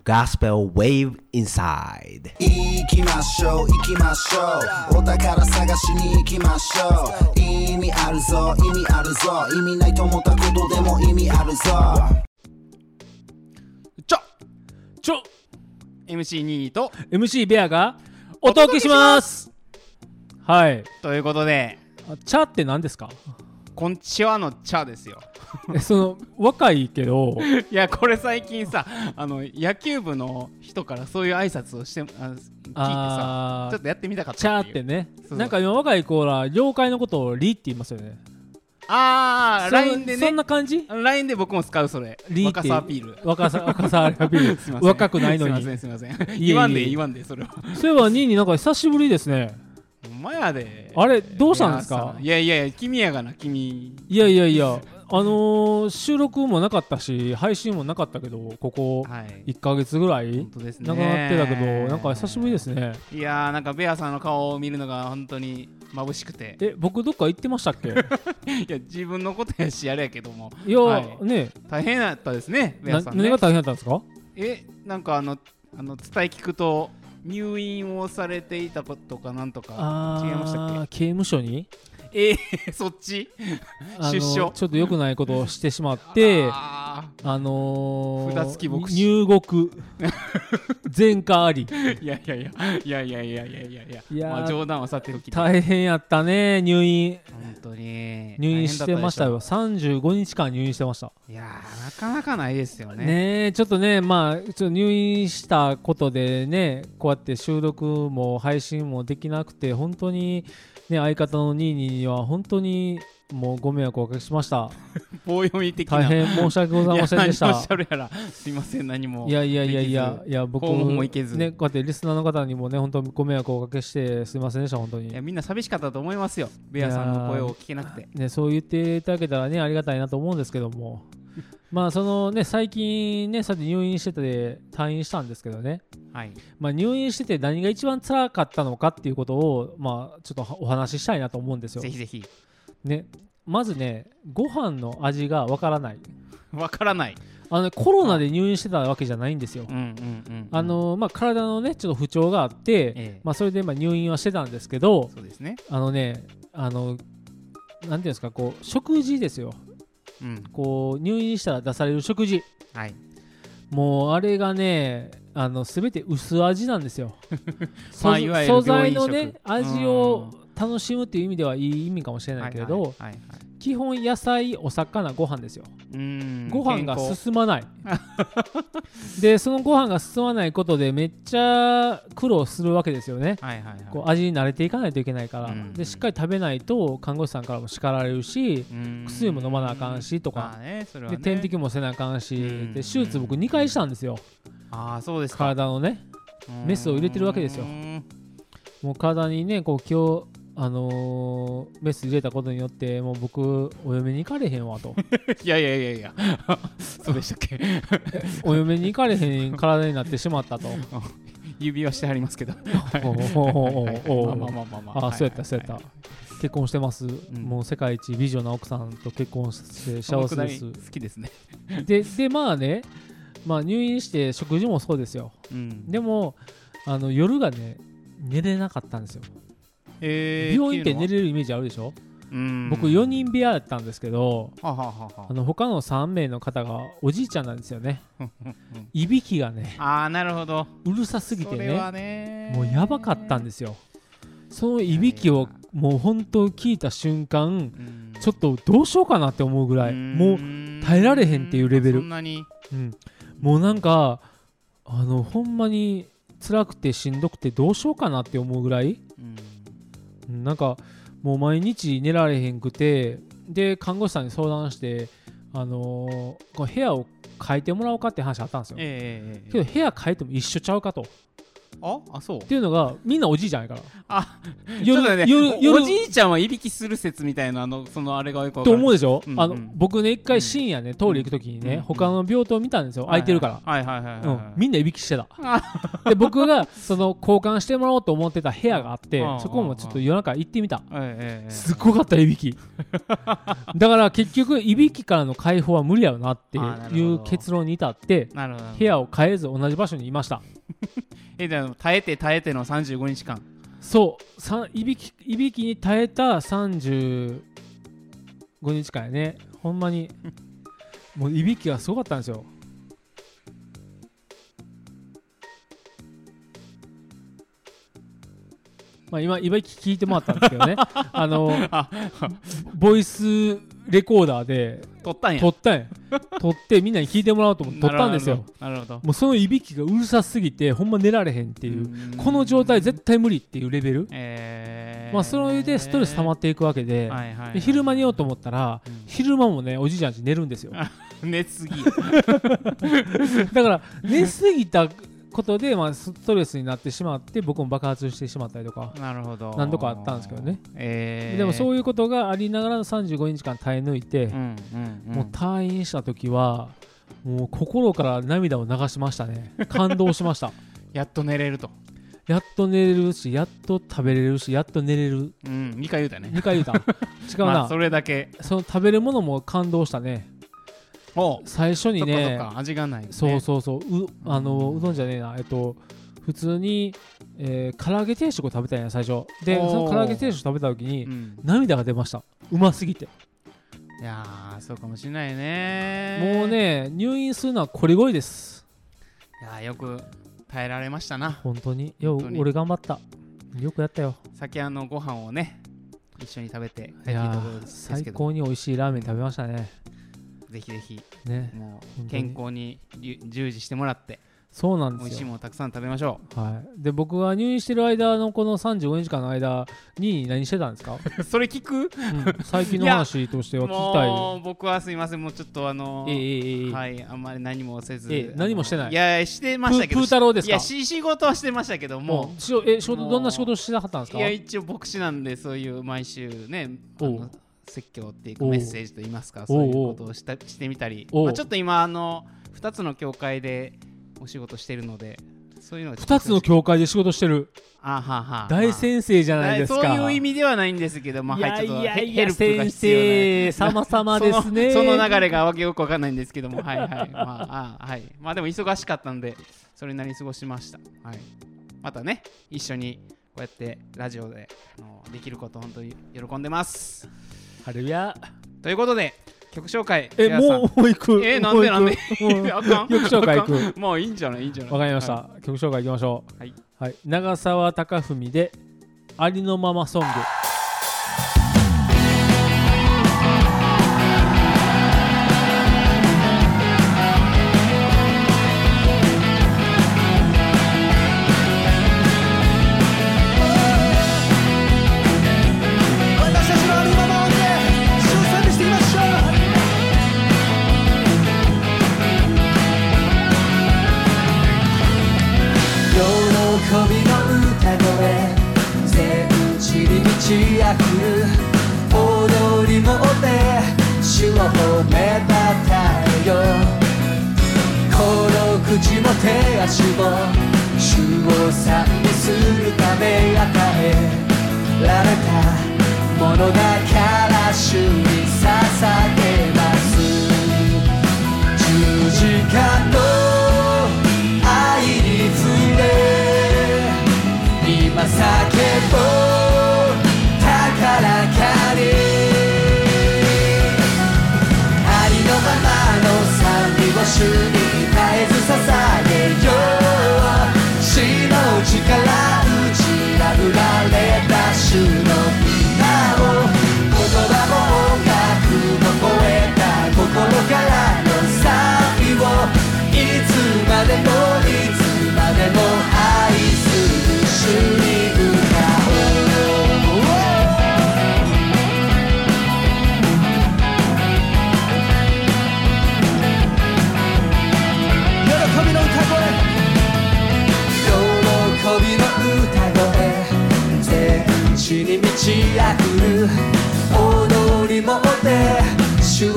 Gospel Wave Inside 行きましょう行きましょうお宝探しに行きましょう意味あるぞ意味あるぞ意味ないと思ったことでも意味あるぞ MC ニーと MC ベアがお届けしますはい。 ということで茶って何ですか？ こんちはの茶ですよその若いけどいやこれ最近さ野球部の人からそういう挨拶をして聞いてさちょっとやってみたかった茶ってね。 そうなんか今若い子ら業界のことをリって言いますよね。 LINE でねそんな感じ？ LINE で僕も使うそれリって若さアピール若さアピールすいません若くないのにすいませんいえいえ言わんでそれはそういえばニーニーなんか久しぶりですね。 ほんまやであれどうしたんですか？ いや君やがな君いや収録もなかったし配信もなかったけどここ1ヶ月ぐらい本当ですねなくなってたけどなんか久しぶりですね。 いやーなんかベアさんの顔を見るのが本当に眩しくて僕どっか行ってましたっけ？ いや自分のことやしあれやけどもいや、ね大変だったですねベアさんね。 何が大変だったんですか？ なんか伝え聞くと入院をされていたことかなんとか違いましたっけ？ 刑務所にそっち出所ちょっと良くないことをしてしまって札付き牧師入国前科ありいやまあ冗談はさておき大変やったね入院本当に入院してましたよ。35日間入院してました。 いやなかなかないですよね。 ねちょっとねちょっと入院したことでねこうやって収録も配信もできなくて本当にね相方のニーニーには本当にもうご迷惑をおかけしました。 棒読み的な大変申し訳ございませんでした。 いや何をおっしゃるやらすいません何もいや僕訪問も行けずねこうやってリスナーの方にもね本当にご迷惑をおかけしてすいませんでした本当に。 いやみんな寂しかったと思いますよベアさんの声を聞けなくてねそう言っていただけたらねありがたいなと思うんですけどもまあそのね最近ねさて入院してて退院したんですけどね、入院してて何が一番辛かったのかっていうことをちょっとお話ししたいなと思うんですよ。 ぜひぜひねまずねご飯の味がわからないコロナで入院してたわけじゃないんですよ。体のねちょっと不調があって、それで入院はしてたんですけどそうですねなんていうんですかこう食事ですよ、こう入院したら出される食事、もうあれがね全て薄味なんですよ素材のね味を楽しむっていう意味ではいい意味かもしれないけれど、基本野菜お魚ご飯ですよ。ご飯が進まないでそのご飯が進まないことでめっちゃ苦労するわけですよね。こう味に慣れていかないといけないから、でしっかり食べないと看護師さんからも叱られるし、薬も飲まなあかんしとか、で点滴もせなあかんし、で手術僕2回したんですよ。 そうですか。 体のねメスを入れてるわけですよ。もう体にねこう今日メス入れたことによってもう僕お嫁に行かれへんわといやそうでしたっけお嫁に行かれへん体になってしまったと指輪してはりますけどそうやった結婚してます、もう世界一美女な奥さんと結婚して幸せです。 好きですねで入院して食事もそうですよ、でも夜がね寝れなかったんですよ。病院って寝れるイメージあるでしょ。僕4人部屋だったんですけど他の3名の方がおじいちゃんなんですよねいびきがねなるほどうるさすぎて ねもうやばかったんですよ。そのいびきをもう本当聞いた瞬間ちょっとどうしようかなって思うぐらいもう耐えられへんっていうレベル。 そんなに、 もうなんかほんまに辛くてしんどくてどうしようかなって思うぐらい、なんかもう毎日寝られへんくて、で看護師さんに相談してこう部屋を変えてもらおうかって話あったんですよ。けど部屋変えても一緒ちゃうかと、 そうっていうのがみんなおじいちゃんやから夜おじいちゃんはいびきする説みたいなそのあれがよく分かると思うでしょ、僕ね一回深夜ね通り行く時にね、他の病棟見たんですよ、空いてるからみんないびきしてたで僕がその交換してもらおうと思ってた部屋があってそこもちょっと夜中行ってみた、すごかったいびきだから結局いびきからの解放は無理やろなっていう結論に至って部屋を変えず同じ場所にいましたじゃあ耐えての35日間そういびきに耐えた35日間やねほんまにもういびきがすごかったんですよまあ今いびき聞いてもらったんですけどねボイスレコーダーで撮ってみんなに聞いてもらおうと思って撮ったんですよ。 なるほど。 もうそのいびきがうるさすぎてほんま寝られへんっていうこの状態絶対無理っていうレベル、まあそれでストレス溜まっていくわけで、で昼間寝ようと思ったら、昼間もねおじいちゃんち寝るんですよ寝すぎだから寝すぎたことで、まあ、ストレスになってしまって僕も爆発してしまったりとかなるほど何度かあったんですけどね、でもそういうことがありながら35日間耐え抜いて、もう退院した時はもう心から涙を流しましたね感動しましたやっと寝れるとやっと寝れるしやっと食べれるしやっと寝れる、 2回言うたね 2回言うた違うな、 まあ、それだけその食べるものも感動したね最初にねそっか味がない、ね、 そううどんじゃねえな普通に、唐揚げ定食を食べたんや最初でその唐揚げ定食食べた時に、涙が出ましたうますぎていやーそうかもしれないねもうね入院するのはこりごりです。 いやよく耐えられましたな本当に俺頑張ったよくやったよ。 さっきご飯をね一緒に食べていや最高に美味しいラーメン食べましたね。 ぜひぜひ、 ね、 もう健康に従事してもらってそうなんですよ美味しいものたくさん食べましょう、はい、で僕が入院してる間のこの35日間の間に何してたんですかそれ聞く、 最近の話としては聞きたい。 もう僕はすいませんもうちょっとはいあんまり何もせず、 何もしてない。 いやしてましたけどプー太郎ですか。 いや仕事はしてましたけども仕事どんな仕事してなかったんですか。 いや一応牧師なんでそういう毎週ね説教っていうかメッセージといいますかそういうことをしてみたり、まあ、ちょっと今2つの教会でお仕事してるのでそういうの 2つの教会で仕事してる大先生じゃないですか。 そういう意味ではないんですけど、まあ、はいちょっとヘルプが必要な様々ですねその流れがわけよくわかんないんですけどもはいはいまあでも忙しかったんでそれなりに過ごしました、はい、またね一緒にこうやってラジオでできること本当に喜んでます。 ハレルヤということで曲紹介もう行くなんであかん曲紹介行くもういいんじゃないわかりました、はい、曲紹介行きましょう。はい、長澤貴文でありのままソング。 踊りもって主を褒めたたえよこの口も手足も主を賛美するため与えられたものだから主に捧げます。十字架の愛に触れ今叫ぼう高らかにありのままの賛美を主に絶えず捧げよう死の力打ち破られた主の皆を言葉も音楽も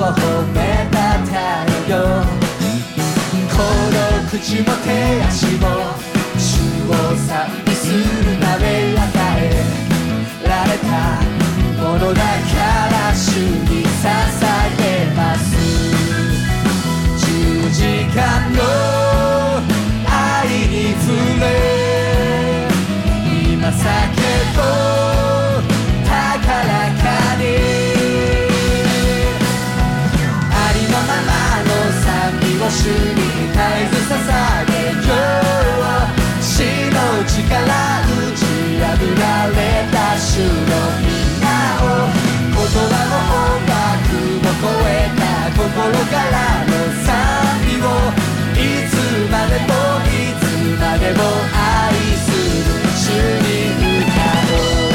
褒めたたえよこの口も手足も主を賛美するため与えられたものだから主に捧げます十字架の愛に触れ今叫ぼう高らかにありのままの賛美を主に絶えず捧げよう死の力打ち破られた主の皆を言葉も音楽も超えた心からの賛美をいつまでもいつまでも愛する主に歌おう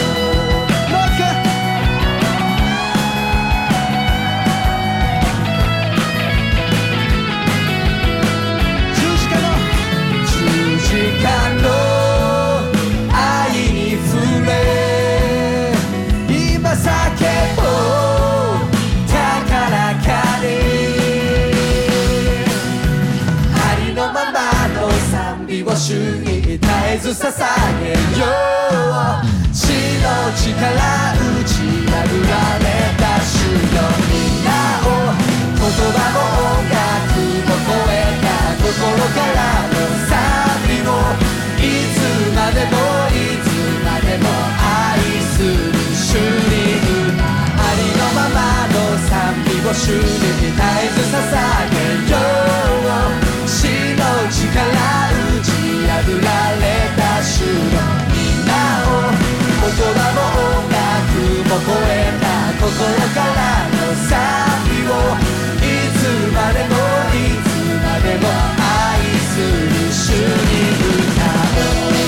主に絶えず捧げよう死の力打ち破られた主の皆を言葉も音楽も超えた心からの賛美をいつまでもいつまでも愛する主にありのままの賛美を主に絶えず捧げよう死の力打ち破られた主の皆を言葉も音楽も超えた心からの賛美をいつまでもいつまでも愛する主に歌おう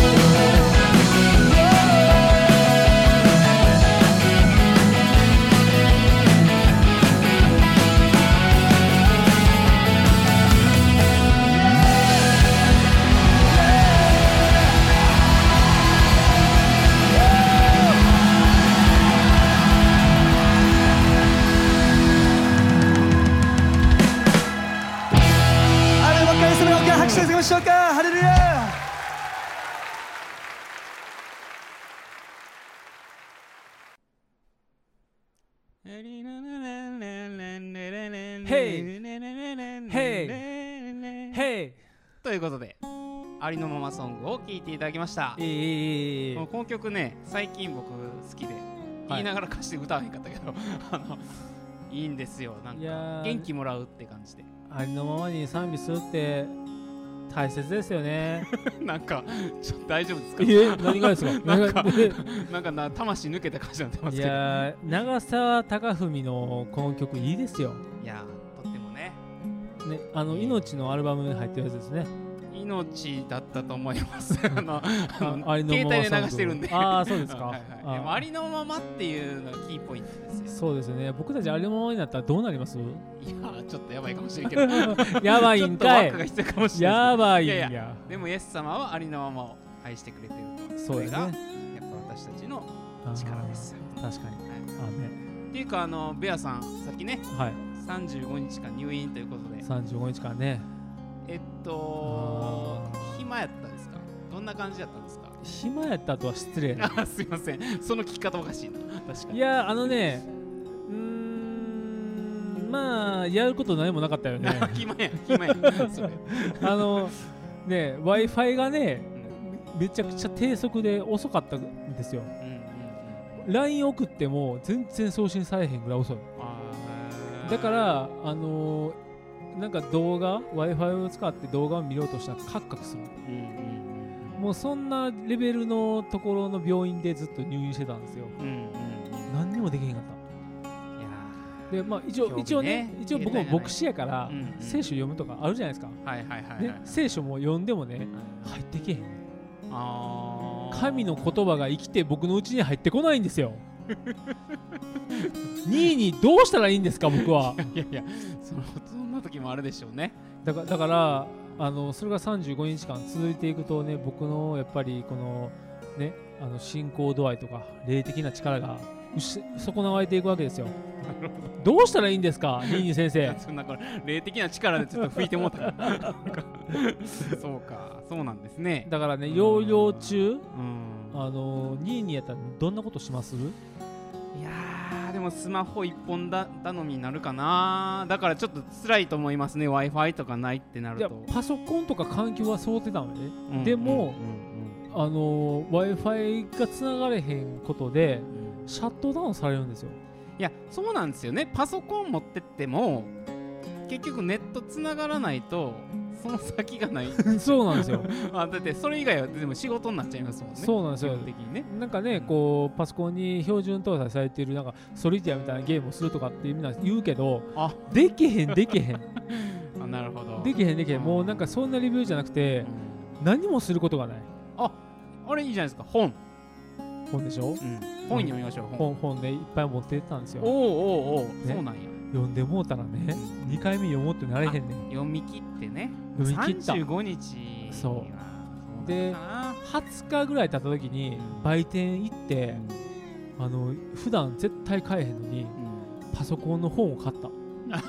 ましょうか。ハレルヤ。 ヘイヘイということでありのままソングを聴いていただきました。この曲ね最近僕好きで言いながら歌詞で歌わへんかったけどいいんですよ。なんか元気もらうって感じでありのままに賛美するって大切ですよね。 なんかちょっと大丈夫ですか？ 何がですか？ なんか魂抜けた感じになってますけど。いや長澤貴文のこの曲いいですよ。 いやとってもね。 命のアルバムに入ってるやつですね。 命だったと思います。携帯で流してるんで。 ああそうですか。 でもありのままっていうのがキーポイントですよ。 そうですね。僕たちありのままになったらどうなります？いやちょっとやばいかもしれんけど。 やばいんかい。 ちょっとワークが必要かもしれない。 やばいんや。でもイエス様はありのままを愛してくれている。 そうですね。やっぱ私たちの力です。 確かに。 っていうかベアさんさっきね。はい。35日間入院ということで。 35日間ね。 暇やったですか？どんな感じやったんですか？ 暇やったとは失礼な。 すいません。その聞き方おかしいな。確かに。 いやまあやること何もなかったよね。 暇やそれ。 Wi-Fi がね、めちゃくちゃ低速で遅かったんですよ。LINE 送っても全然送信されへんぐらい遅い。だからなんかWi-Fi を使って動画を見ようとしたらカクカクする。もうそんなレベルのところの病院でずっと入院してたんですよ。何にもできへんかった。で一応僕も牧師やから聖書読むとかあるじゃないですか。聖書も読んでもね入ってけへん。神の言葉が生きて僕のうちに入ってこないんですよ。2位にどうしたらいいんですか僕は。 いやそんな時もあるでしょうね。 だからそれが35日間続いていくとね僕のやっぱりこのね信仰度合いとか霊的な力が損なわれていくわけですよ。どうしたらいいんですか、ニーニー先生。 そんなこれ霊的な力でちょっと吹いてもったからそうか、そうなんですね。 だからね、療養中、ニーニーやったらどんなことします？ いやー、でもスマホ一本頼みになるかな。だからちょっと辛いと思いますね。 Wi-Fi とかないってなると。 いや、パソコンとか環境は想定なのね、でも、Wi-Fi がつながれへんことで、シャットダウンされるんですよ。 いや、そうなんですよね。パソコン持ってっても結局ネットつながらないとその先がないそうなんですよだってそれ以外はでも仕事になっちゃいますもんね。 そうなんですよ。 基本的にね。 なんかね、こうパソコンに標準搭載されているなんかソリティアみたいなゲームをするとかってみんな言うけど、できへんあ、なるほど。 できへん、もうなんかそんなレビューじゃなくて、何もすることがない。 あれいいじゃないですか。本でしょ、 本読みましょう。 本でいっぱい持ってったんですよ。 おう、そうなんや。 読んでもうたらね、2回目読もうってなれへんねん。 読み切ってね。 読み切った 35日。 そうで、20日ぐらい経った時に売店行って、普段絶対買えへんのに、パソコンの本を買った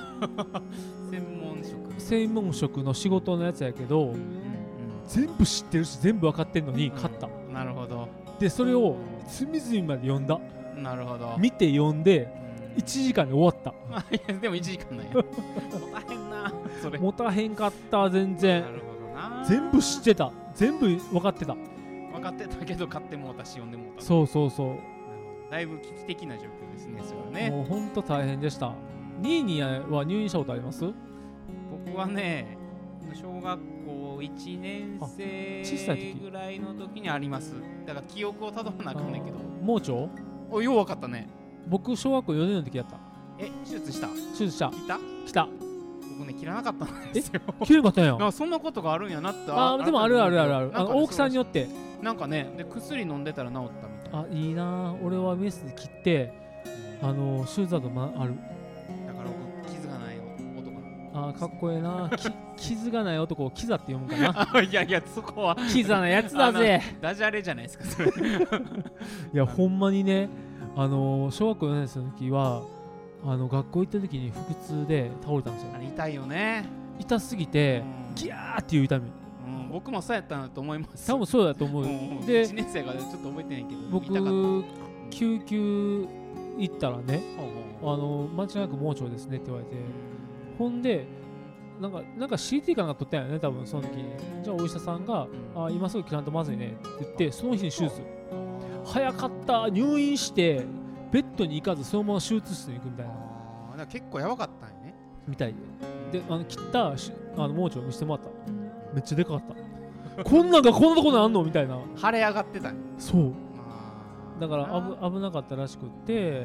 専門職の仕事のやつやけど、全部知ってるし全部分かってんのに買った、 なるほど。 でそれを隅々まで読んだ。 なるほど。 見て読んで1時間で終わったいや、でも1時間なんや持たへんなそれ。 持たへんかった。全然。 なるほどな。 全部知ってた、全部分かってたけど買ってもうたし読んでもうた。 そうだいぶ危機的な状況ですね、それはね。 もうほんと大変でした。ニーニーは入院したことあります？ 僕はね、小学校1年生ぐらいの時にあります。だから記憶をたどらなあかんねんけど。 盲腸？ よう分かったね。 僕小学校4年の時やった。 手術した？ 来た。 僕ね、切らなかったんですよ。 切れなかったんや。 そんなことがあるんやなって。 でもある。大きさによってなんかね、で薬飲んでたら治ったみたいな。 いいな。俺はメスで切って手術だとある。 だから僕、傷がない男。 かっこええな傷がない男をキザって読むかな。 いや、そこはキザなやつだぜ。 ダジャレじゃないですか、それ。いや、ほんまにね、小学校4年生の時は学校行った時に腹痛で倒れたんですよ。 痛いよね。 痛すぎてギャーっていう痛み。 僕もそうやったんだと思います。 多分そうだと思う。 で、1年生がちょっと覚えてないけど、 僕救急行ったらね、間違いなく盲腸ですねって言われて、ほんでなんか CT かなんか取ったんやね、多分その時に。じゃあお医者さんが今すぐ切らんとまずいねって言って、その日に手術。早かった。入院してベッドに行かずそのまま手術室に行くみたいな。 だから結構やばかったんやね。 みたいで。切った盲腸を見せてもらった。めっちゃでかかったこんなとこにあんのみたいな。 腫れ上がってたんや。 そうだから危なかったらしくって、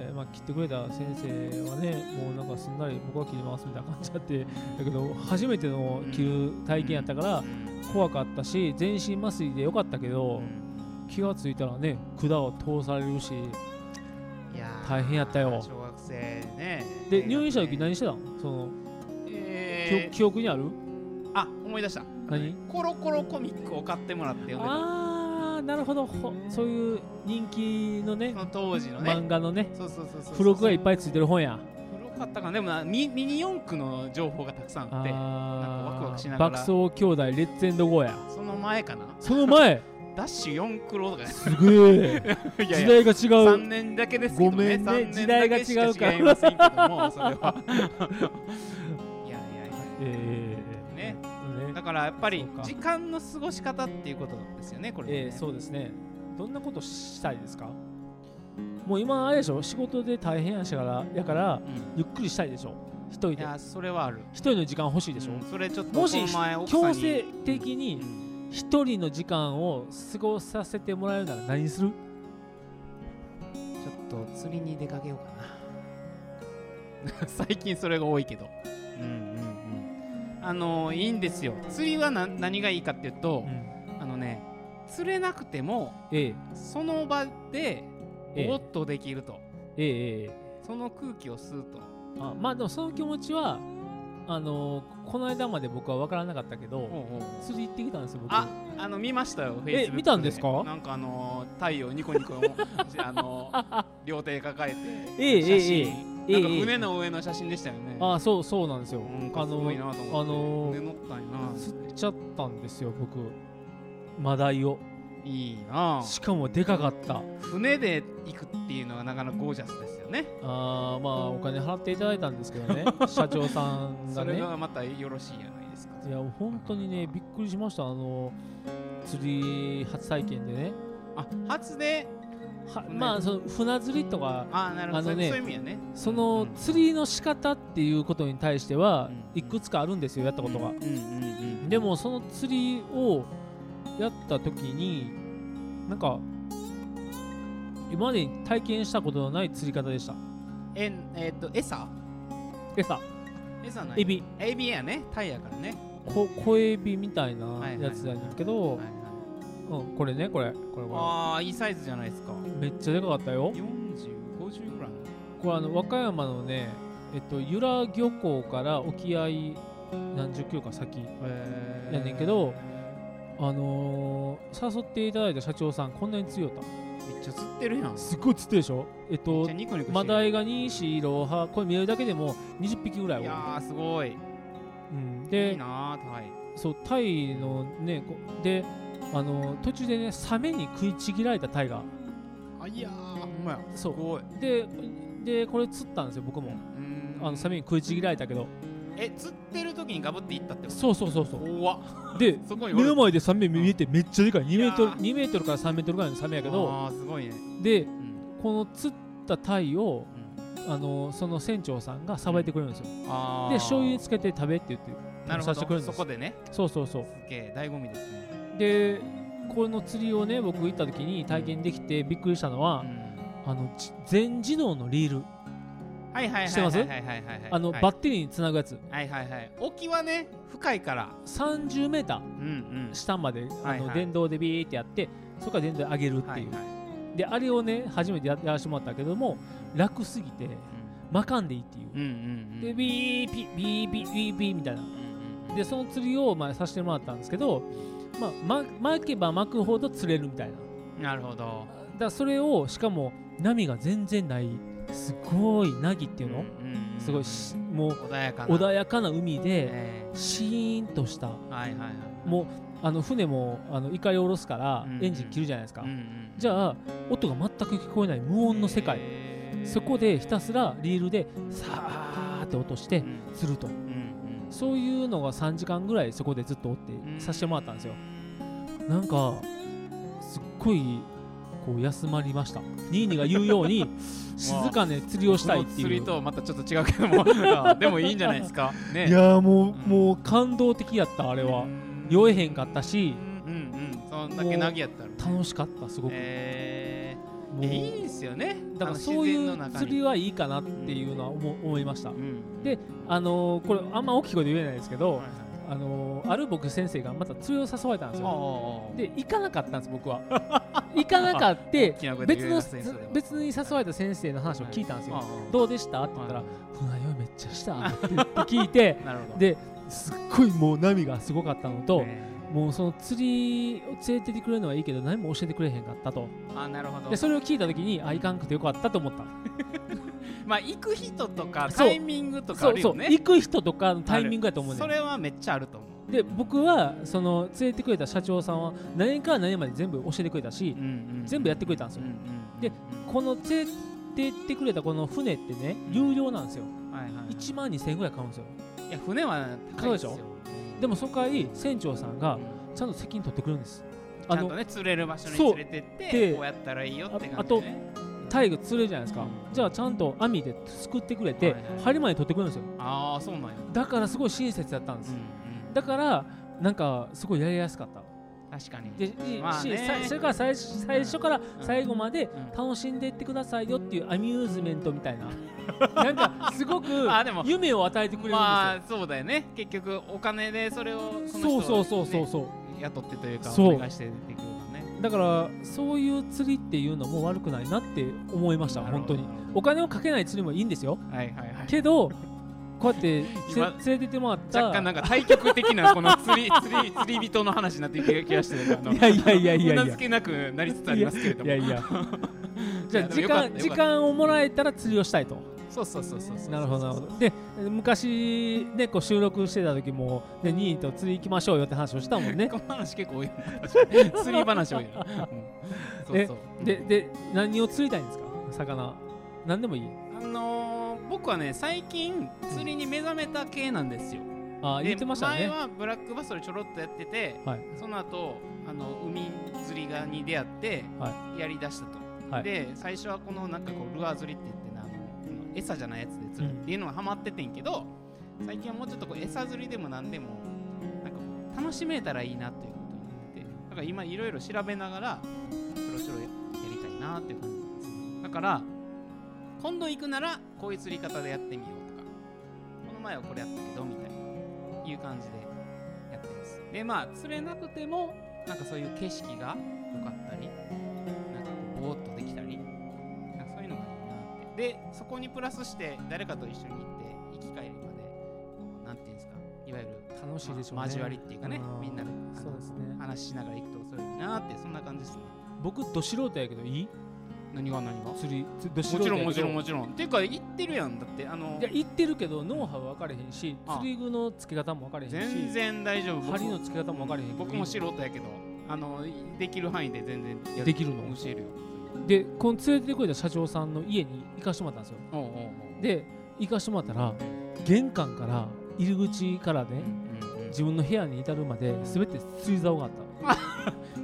切ってくれた先生はね、もうなんかすんなり僕は切りますみたいな感じだって。だけど初めての切る体験やったから怖かったし、全身麻酔でよかったけど、気がついたらね、管を通されるし、大変やったよ。 小学生ね。 で、入院した時何してたの？記憶にある？ 思い出した。 何？ コロコロコミックを買ってもらって読んでた。 なるほど。そういう人気のね、 当時のね漫画のね、 そう付録がいっぱいついてる本や。 古かったかな。でもミニ四駆の情報がたくさんあって、なんかワクワクしながら。 爆走兄弟レッツエンドゴーや。 その前かな。 その前ダッシュ4クロとかね。 すげえ時代が違う。 3年だけですけどね。 ごめんね、時代が違うから。 違いませんけども、それは。いやね。だからやっぱり時間の過ごし方っていうことですよね、これ。 そうですね。どんなことしたいですか？もう今あれでしょ、仕事で大変やからゆっくりしたいでしょ、一人で。 いや、それはある。 一人の時間欲しいでしょ。 それちょっともし強制的に一人の時間を過ごさせてもらえるなら何する？ ちょっと釣りに出かけようかな。最近それが多いけど。いいんですよ。釣りは何がいいかっていうと、釣れなくても、その場でぼーっとできると。その空気を吸うと。 でもその気持ちはこの間まで僕は分からなかったけど、釣り行ってきたんですよ僕。 見ましたよ、フェイスブックで。 見たんですか？ なんか太陽ニコニコ両手抱えて写真、なんか船の上の写真でしたよね。 そうなんですよ。 すごいなと思って、船乗ったんやな。 釣っちゃったんですよ僕、マダイを。 いいな。 しかもでかかった。 船で行くっていうのがなかなかゴージャスですよね。 まあお金払っていただいたんですけどね社長さんがね。 それがまたよろしいじゃないですか。 いや本当にねびっくりしました。釣り初体験でね。 初でまあその船釣りとかなるほど、そういう意味やね。 その釣りの仕方っていうことに対してはいくつかあるんですよ、やったことが。でもその釣りをやった時になんか今までに体験したことのない釣り方でした。 餌ない。エビやね、タイやからね。 小エビみたいなやつやねんけど、これね、これいいサイズじゃないですか。 めっちゃでかかったよ。 40、50ぐらい。 これ和歌山のね、由良漁港から沖合何十キロか先やねんけど、誘っていただいた社長さんこんなに強かった。 めっちゃ釣ってるやん。 すっごい釣ってるでしょ。マダイが2、4、6、8、これ見えるだけでも20匹ぐらい。 いやーすごい。 で、 いいなタイ。 そう、タイのね、で途中でね、サメに食いちぎられたタイが。 いやー、ほんまや。 そう。 すごい。 でこれ釣ったんですよ僕も。サメに食いちぎられたけど。 釣ってる時にガブっていったってこと？ そう。 怖っ。 で目の前でサメ見えてめっちゃでかい。2メートルから3メートルぐらいのサメやけど。 すごいね。 で、この釣ったタイをその船長さんがさばいてくれるんですよ。で醤油つけて食べって言ってさせてくれるんです。 そこでね。 そう。 すげえ醍醐味ですね。 でこの釣りをね僕行った時に体験できてびっくりしたのは、全自動のリール。してます？バッテリーにつなぐやつ。 沖はね深いから 30メーター下まで電動でビーってやって、そこから電動で上げるっていう。であれをね初めてやらせてもらったけども、楽すぎて巻かんでいいっていう。でビーピビービービービーみたいな。でその釣りをさせてもらったんですけど、巻けば巻くほど釣れるみたいな。 なるほど。だからそれをしかも波が全然ない。すごい凪っていうの、すごいもう穏やかな海でシーンとした、もう船もいかり下ろすからエンジン切るじゃないですか。じゃあ音が全く聞こえない無音の世界、そこでひたすらリールでさーって落として釣ると、そういうのが3時間ぐらいそこでずっと追ってさせてもらったんですよ。なんかすっごいこう休まりました。ニーニが言うように静かに釣りをしたいっていう。 釣りとまたちょっと違うけどもでもいいんじゃないですか、ね、 いやもう感動的やった。あれは酔えへんかったし、 そんだけ凪やったら楽しかった。すごく、 いいですよね。 だからそういう釣りはいいかなっていうのは思いました。でこれあんま大きい声で言えないですけど、ある僕先生がまた釣りを誘われたんですよ。で行かなかったんです僕は。行かなかって別に誘われた先生の話を聞いたんですよ。どうでしたって言ったら船酔いめっちゃしたって聞いてですっごいもう波がすごかったのと、もうその釣りを連れてってくれるのはいいけど何も教えてくれへんかったと。 なるほど。 でそれを聞いた時に行かんくてよかったと思った。 行く人とかタイミングとかあるよね。 行く人とかのタイミングやと思うね。 それはめっちゃあると思う。 で僕はその連れてくれた社長さんは何から何まで全部教えてくれたし、全部やってくれたんですよ。でこの連れてってくれたこの船ってね有料なんですよ。1万2000円ぐらい買うんですよ。 いや船は高いですよ。 でもそこから船長さんがちゃんと責任取ってくれるんです。 ちゃんとね釣れる場所に連れてってこうやったらいいよって感じでね。あとタイが釣れるじゃないですか。じゃあちゃんと網ですくってくれて針まで取ってくれるんですよ。 そうなんや。 だからすごい親切だったんです。だからなんかすごいやりやすかった。 確かに。 それから最初から最後まで楽しんでいってくださいよっていうアミューズメントみたいななんかすごく夢を与えてくれるんですよ。 そうだよね。結局お金でそれをそう雇ってというかお願いしてできるのね。 だからそういう釣りっていうのも悪くないなって思いました。本当にお金をかけない釣りもいいんですよ。けどこうやって連れてってもらった若干なんか対極的なこの釣り人の話になっていく気がしてるうなずけなくなりつつありますけれどもじゃあ時間をもらえたら釣りをしたいと。 そうなるほどなるほど。で昔ねこう収録してた時もねニーと釣り行きましょうよって話をしたもんね。 この話結構多いな釣り話多いな。 で何を釣りたいんですか？魚何でもいい？ 僕はね最近釣りに目覚めた系なんですよ。 言ってましたね。 前はブラックバスをちょろっとやってて、その後海釣りに出会ってやりだしたと。で最初はこのなんかこうルアー釣りって言って餌じゃないやつで釣るっていうのがハマっててんけど、最近はもうちょっとこう餌釣りでも何でもなんかこう楽しめたらいいなっていうことになってて、だから今いろいろ調べながらちょろちょろやりたいなっていう感じなんです。だから今度行くならこういう釣り方でやってみようとか、この前はこれやったけどみたいないう感じでやってます。でまあ釣れなくてもなんかそういう景色が良かったり、なんかこうぼーっとできたり、なんかそういうのがで、そこにプラスして誰かと一緒に行って行き帰りまでなんていうんですか、いわゆる楽しいでしょうね。 交わりっていうかね、みんなでそうですね、 話しながら行くとそれいいなって、そんな感じですね。 僕ど素人やけどいい？ 何が釣りもちろんっていうか行ってるやん。だっていや行ってるけどノウハウ分かれへんし、釣り具の付け方も分かれへんし、 全然大丈夫。 針の付け方も分かれへん。 僕も素人やけどできる範囲で全然できるの教えるよ。でこの連れてくれた社長さんの家に行かしてもらったんですよ。で行かしてもらったら玄関から入り口からね、自分の部屋に至るまで全て釣り竿があった。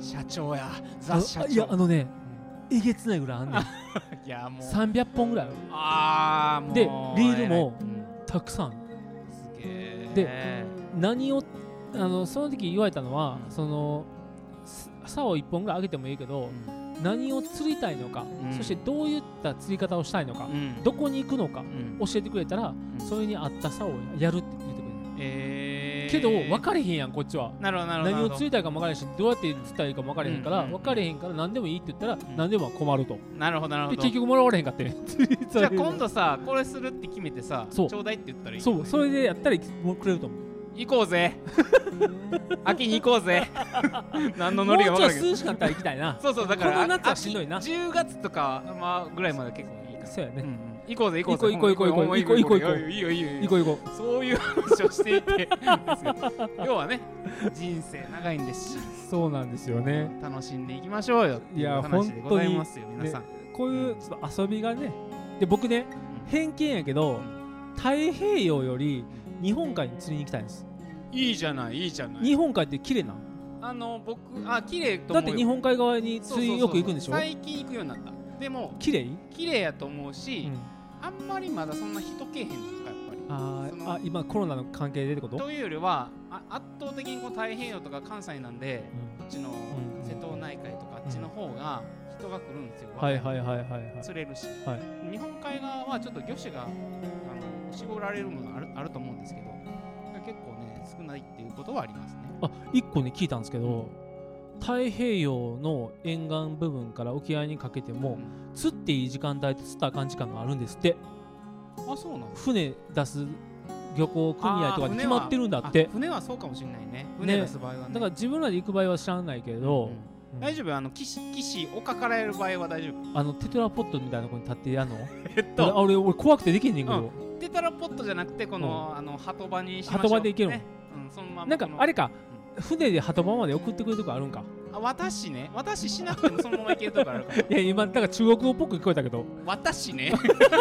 社長や、ザ社長。 いやえげつないぐらいあんねん。 いやもう 300本ぐらいある。 もうでリールもたくさんある。 すげえ。 で何をその時言われたのは、その竿1本ぐらい上げてもいいけど、何を釣りたいのか、そしてどういった釣り方をしたいのか、どこに行くのか教えてくれたら、それに合った竿をやるって言ってくれる。けど分かれへんやんこっちは。 なるほど何を釣りたいかも分からへんし、どうやって釣ったらいいかも分かれへんから、分かれへんから何でもいいって言ったら何でも困ると。 なるほど。 で結局もらわれへんかってじゃあ今度さこれするって決めてさ、ちょうだいって言ったらいい。 そう、それでやったらもうくれると思う。 行こうぜ秋に行こうぜ何のノリが分からんけど、 もうちょい涼しかったら行きたいな。 そうだからこの夏はしんどいな。 10月とかぐらいまで結構いいから。 そうやね。 行こうぜ行こう。いいよ。 そういう話をしていて要はね、人生長いんですし。 そうなんですよね。 楽しんでいきましょうよっていう話でございますよ皆さん。 こういうちょっと遊びがね、で僕ね偏見やけど太平洋より日本海に釣りに行きたいんです。 いいじゃない。 日本海って綺麗な。 僕綺麗と思うよ。 だって日本海側に釣りよく行くんでしょ。 最近行くようになった。でも綺麗やと思うし、あんまりまだそんな人けえへんのかやっぱり。 今コロナの関係でってこと？ というよりは圧倒的にこう太平洋とか関西なんで、こっちの瀬戸内海とかあっちの方が人が来るんですよ。釣れるし。日本海側はちょっと魚種が絞られるものあると思うんですけど、結構ね少ないっていうことはありますね。 一個ね聞いたんですけど、太平洋の沿岸部分から沖合にかけても、釣っていい時間帯と釣ったらあかん時間があるんですって。 そうなの？ 船出す漁港組合とかで決まってるんだって。 船はそうかもしれないね。船出す場合はね。 だから自分らで行く場合は知らないけど、 大丈夫。岸丘からやる場合は大丈夫。 テトラポットみたいなとこに立ってやんの？俺怖くてできんねんけど。 テトラポットじゃなくてこの鳩場にしましょう。 鳩場で行けるの？ そのまま。 なんかあれか、船で鳩場まで送ってくるとこあるんか。 私しなくてもそのまま行けるとこあるから。 いや今だから中国語っぽく聞こえたけど。 私ね。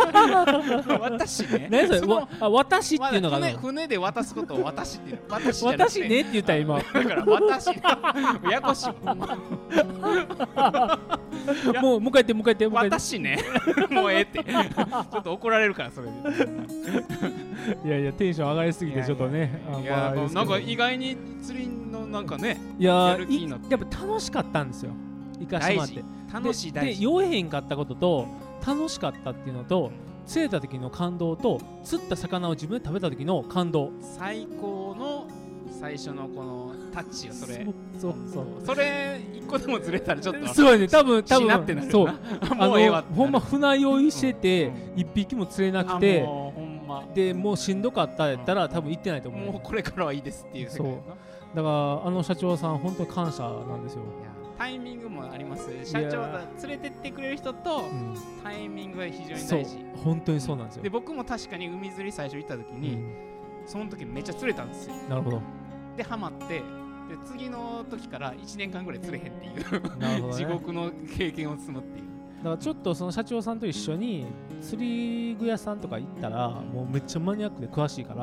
何それ？私っていうのが船で渡すことを私っていう。 私ねって言った今。 だから私やこしい。 もう一回言って。 私ね。もうええって。ちょっと怒られるからそれで。 いやテンション上がりすぎてちょっとね。 なんか意外に釣りのなんかね。 やっぱ楽しかったんですよ。行かしてもらって。 楽しい大事。 で酔えへんかったことと楽しかったっていうのと、釣れた時の感動と釣った魚を自分で食べた時の感動。 最高の最初のこのタッチよそれ。 そうそれ一個でもずれたらちょっと。 そうね、多分ってなるな。 そう。もうええわ。ほんま船酔いしてて一匹も釣れなくて。 でもうしんどかったやったら多分行ってないと思う。 もうこれからはいいですっていう世界やな。 だから社長さん本当に感謝なんですよ。 タイミングもあります。社長が連れてってくれる人とタイミングが非常に大事。そう本当にそうなんですよ。 で僕も確かに海釣り最初行った時に、その時めっちゃ釣れたんですよ。 なるほど。 でハマって、で次の時から1年間ぐらい釣れへんっていうなるほど、ね、 地獄の経験を積むっていう。 だからちょっとその社長さんと一緒に釣り具屋さんとか行ったらもうめっちゃマニアックで詳しいから、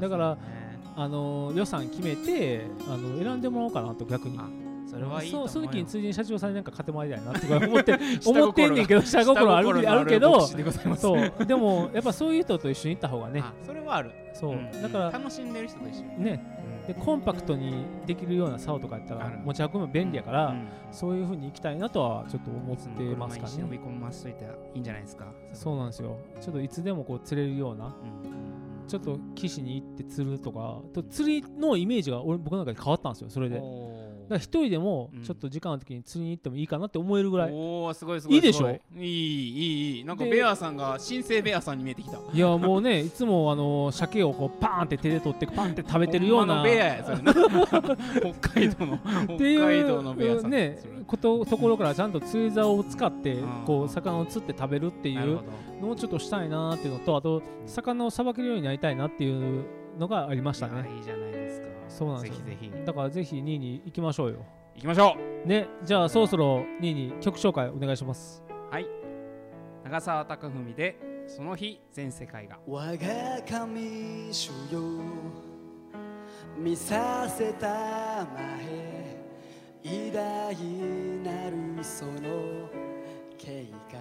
だから、予算決めて選んでもらおうかなと逆に。 それはいいと思うよ。 その時についでに社長さんになんか買ってもらいたいなとか思ってんねんけど、下心あるけど、そうでもやっぱそういう人と一緒に行った方がね、 それはある。 そうだから楽しんでる人と一緒にね。でコンパクトにできるような竿とかやったら持ち運ぶの便利やから、そういう風に行きたいなとはちょっと思ってますかね。 呼び込ませといたらいいんじゃないですか。 そうなんですよ。ちょっといつでもこう釣れるような、ちょっと岸に行って釣るとか、釣りのイメージが僕の中で変わったんですよ。それでだから一人でもちょっと時間の時に釣りに行ってもいいかなって思えるぐらい。 おーすごいすごい。 いいでしょ。 いいなんかベアさんが新生ベアさんに見えてきた。 いやもうね、いつも鮭をこうパーンって手で取ってパンって食べてるようなベアやそれな北海道のベアさんねところからちゃんと釣り竿を使ってこう魚を釣って食べるっていうのをちょっとしたいなっていうのと、あと魚をさばけるようになりたいなっていうのがありましたね。 いいじゃないですか。 そうなんですよ。 ぜひぜひ。 だからぜひ2位に行きましょうよ。 行きましょうね。じゃあそろそろ2位に曲紹介お願いします。 はい。長澤貴文でその日全世界が。 我が神主よ見させたまえ偉大なるその計画、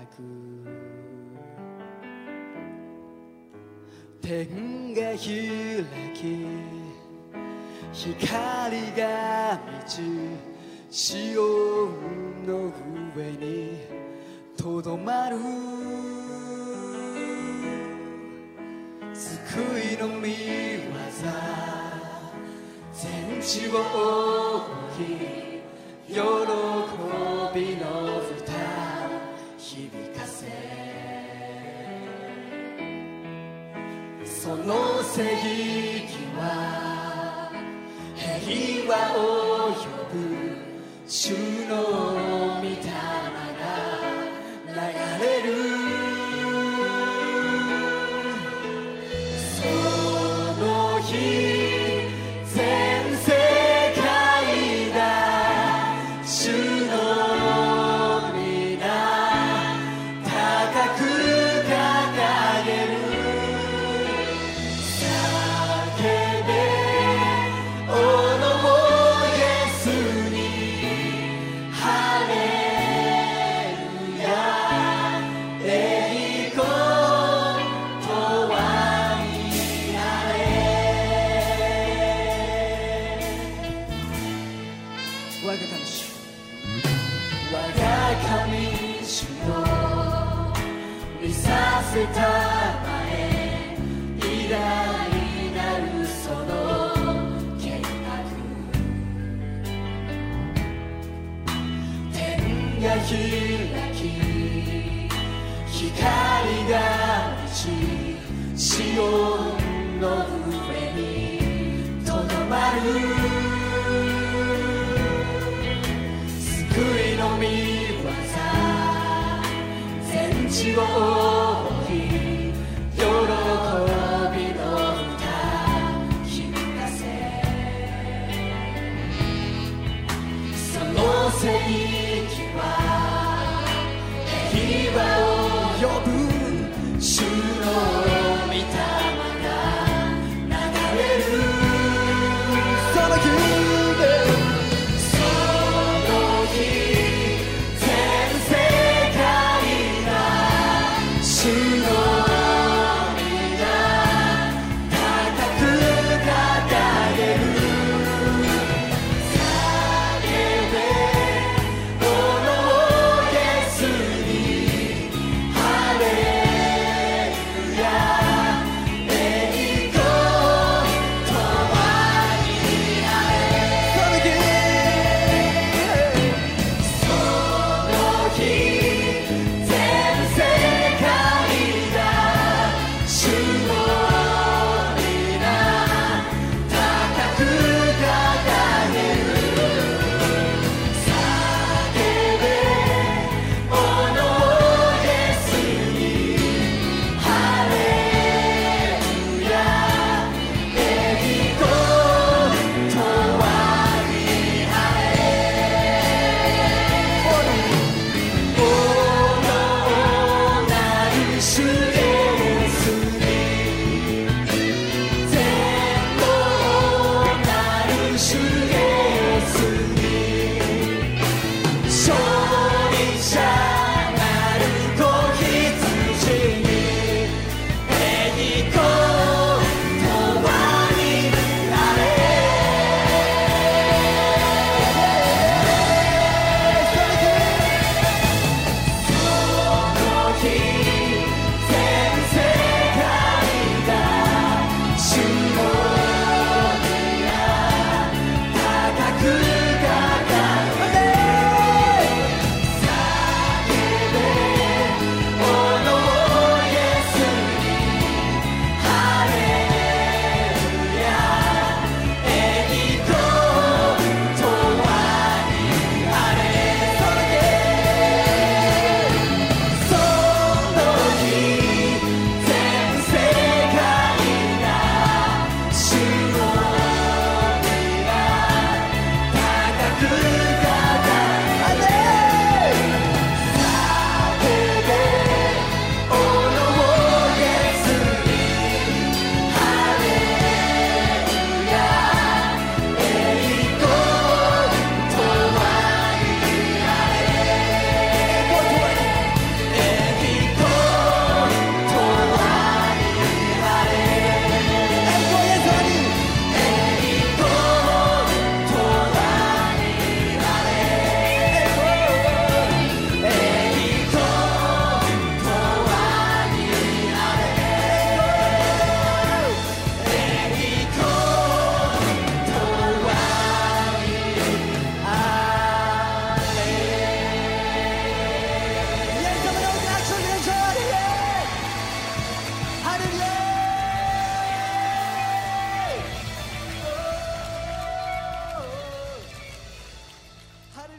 天が開き光が満ちシオンの上にとどまる、救いの御業全地を覆い喜びの歌響かせ、その聖域は平和を呼ぶ主の御霊が流れる、その日全世界が主の皆高く掲げる、叫べおのイエスにハレルヤ、栄光とは言われ、我が神主我が神主よ見させたまえ偉大なるその計画、天が開き光が満ちシオンの上にとどまる、救いの御業全地を覆い喜びの歌響かせ、その聖域は平和を呼ぶ主の御霊が流れる、その日その日全世界が主の皆高く掲げる、叫べ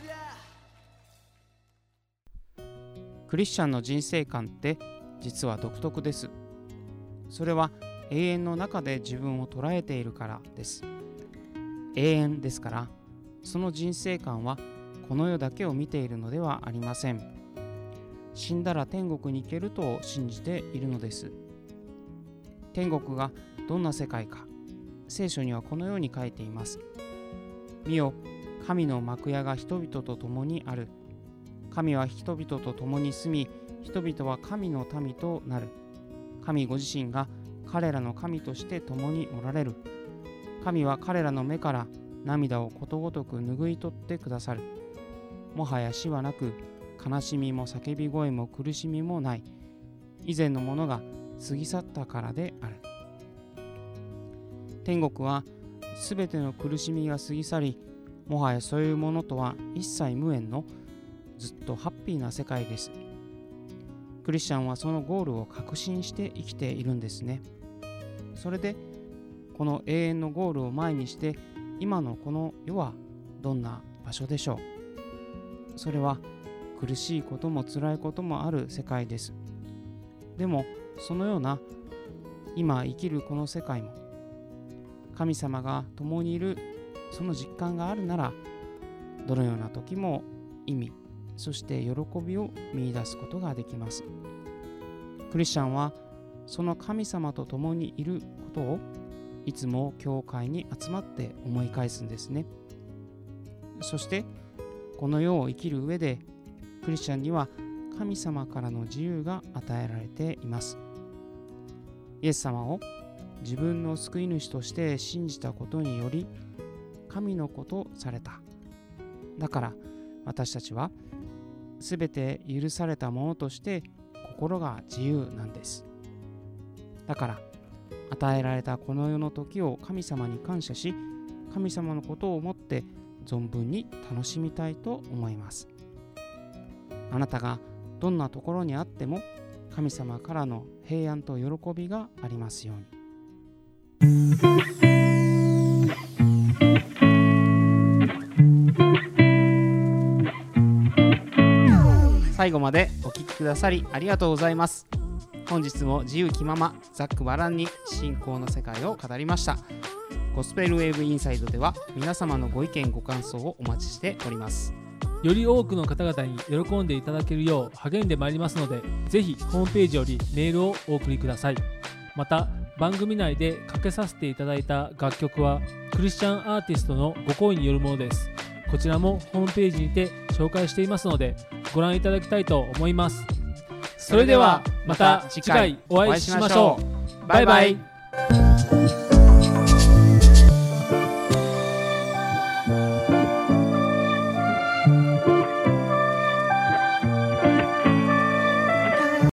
クリスチャンの人生観って実は独特です。それは永遠の中で自分を捉えているからです。永遠ですから、その人生観はこの世だけを見ているのではありません。死んだら天国に行けると信じているのです。天国がどんな世界か、聖書にはこのように書いています。見よ、神の幕屋が人々と共にある。神は人々と共に住み、人々は神の民となる。神ご自身が彼らの神として共におられる。神は彼らの目から涙をことごとく拭い取ってくださる。もはや死はなく、悲しみも叫び声も苦しみもない。以前のものが過ぎ去ったからである。天国はすべての苦しみが過ぎ去り、もはやそういうものとは一切無縁のずっとハッピーな世界です。クリスチャンはそのゴールを確信して生きているんですね。それでこの永遠のゴールを前にして、今のこの世はどんな場所でしょう。それは苦しいことも辛いこともある世界です。でもそのような今生きるこの世界も、神様が共にいるその実感があるなら、どのような時も意味、そして喜びを見出すことができます。クリスチャンはその神様と共にいることをいつも教会に集まって思い返すんですね。そしてこの世を生きる上で、クリスチャンには神様からの自由が与えられています。イエス様を自分の救い主として信じたことにより、神の子とされた。だから私たちはすべて許されたものとして心が自由なんです。だから与えられたこの世の時を神様に感謝し、神様のことを思って存分に楽しみたいと思います。あなたがどんなところにあっても、神様からの平安と喜びがありますように。最後までお聞きくださりありがとうございます。本日も自由気ままざっくばらんに信仰の世界を語りました。ゴスペルウェーブインサイドでは皆様のご意見ご感想をお待ちしております。 より多くの方々に喜んでいただけるよう励んでまいりますので、ぜひホームページよりメールをお送りください。また番組内でかけさせていただいた楽曲はクリスチャンアーティストのご好意によるものです。こちらもホームページにて紹介していますので、ご覧いただきたいと思います。それではまた次回お会いしましょう。バイバイ。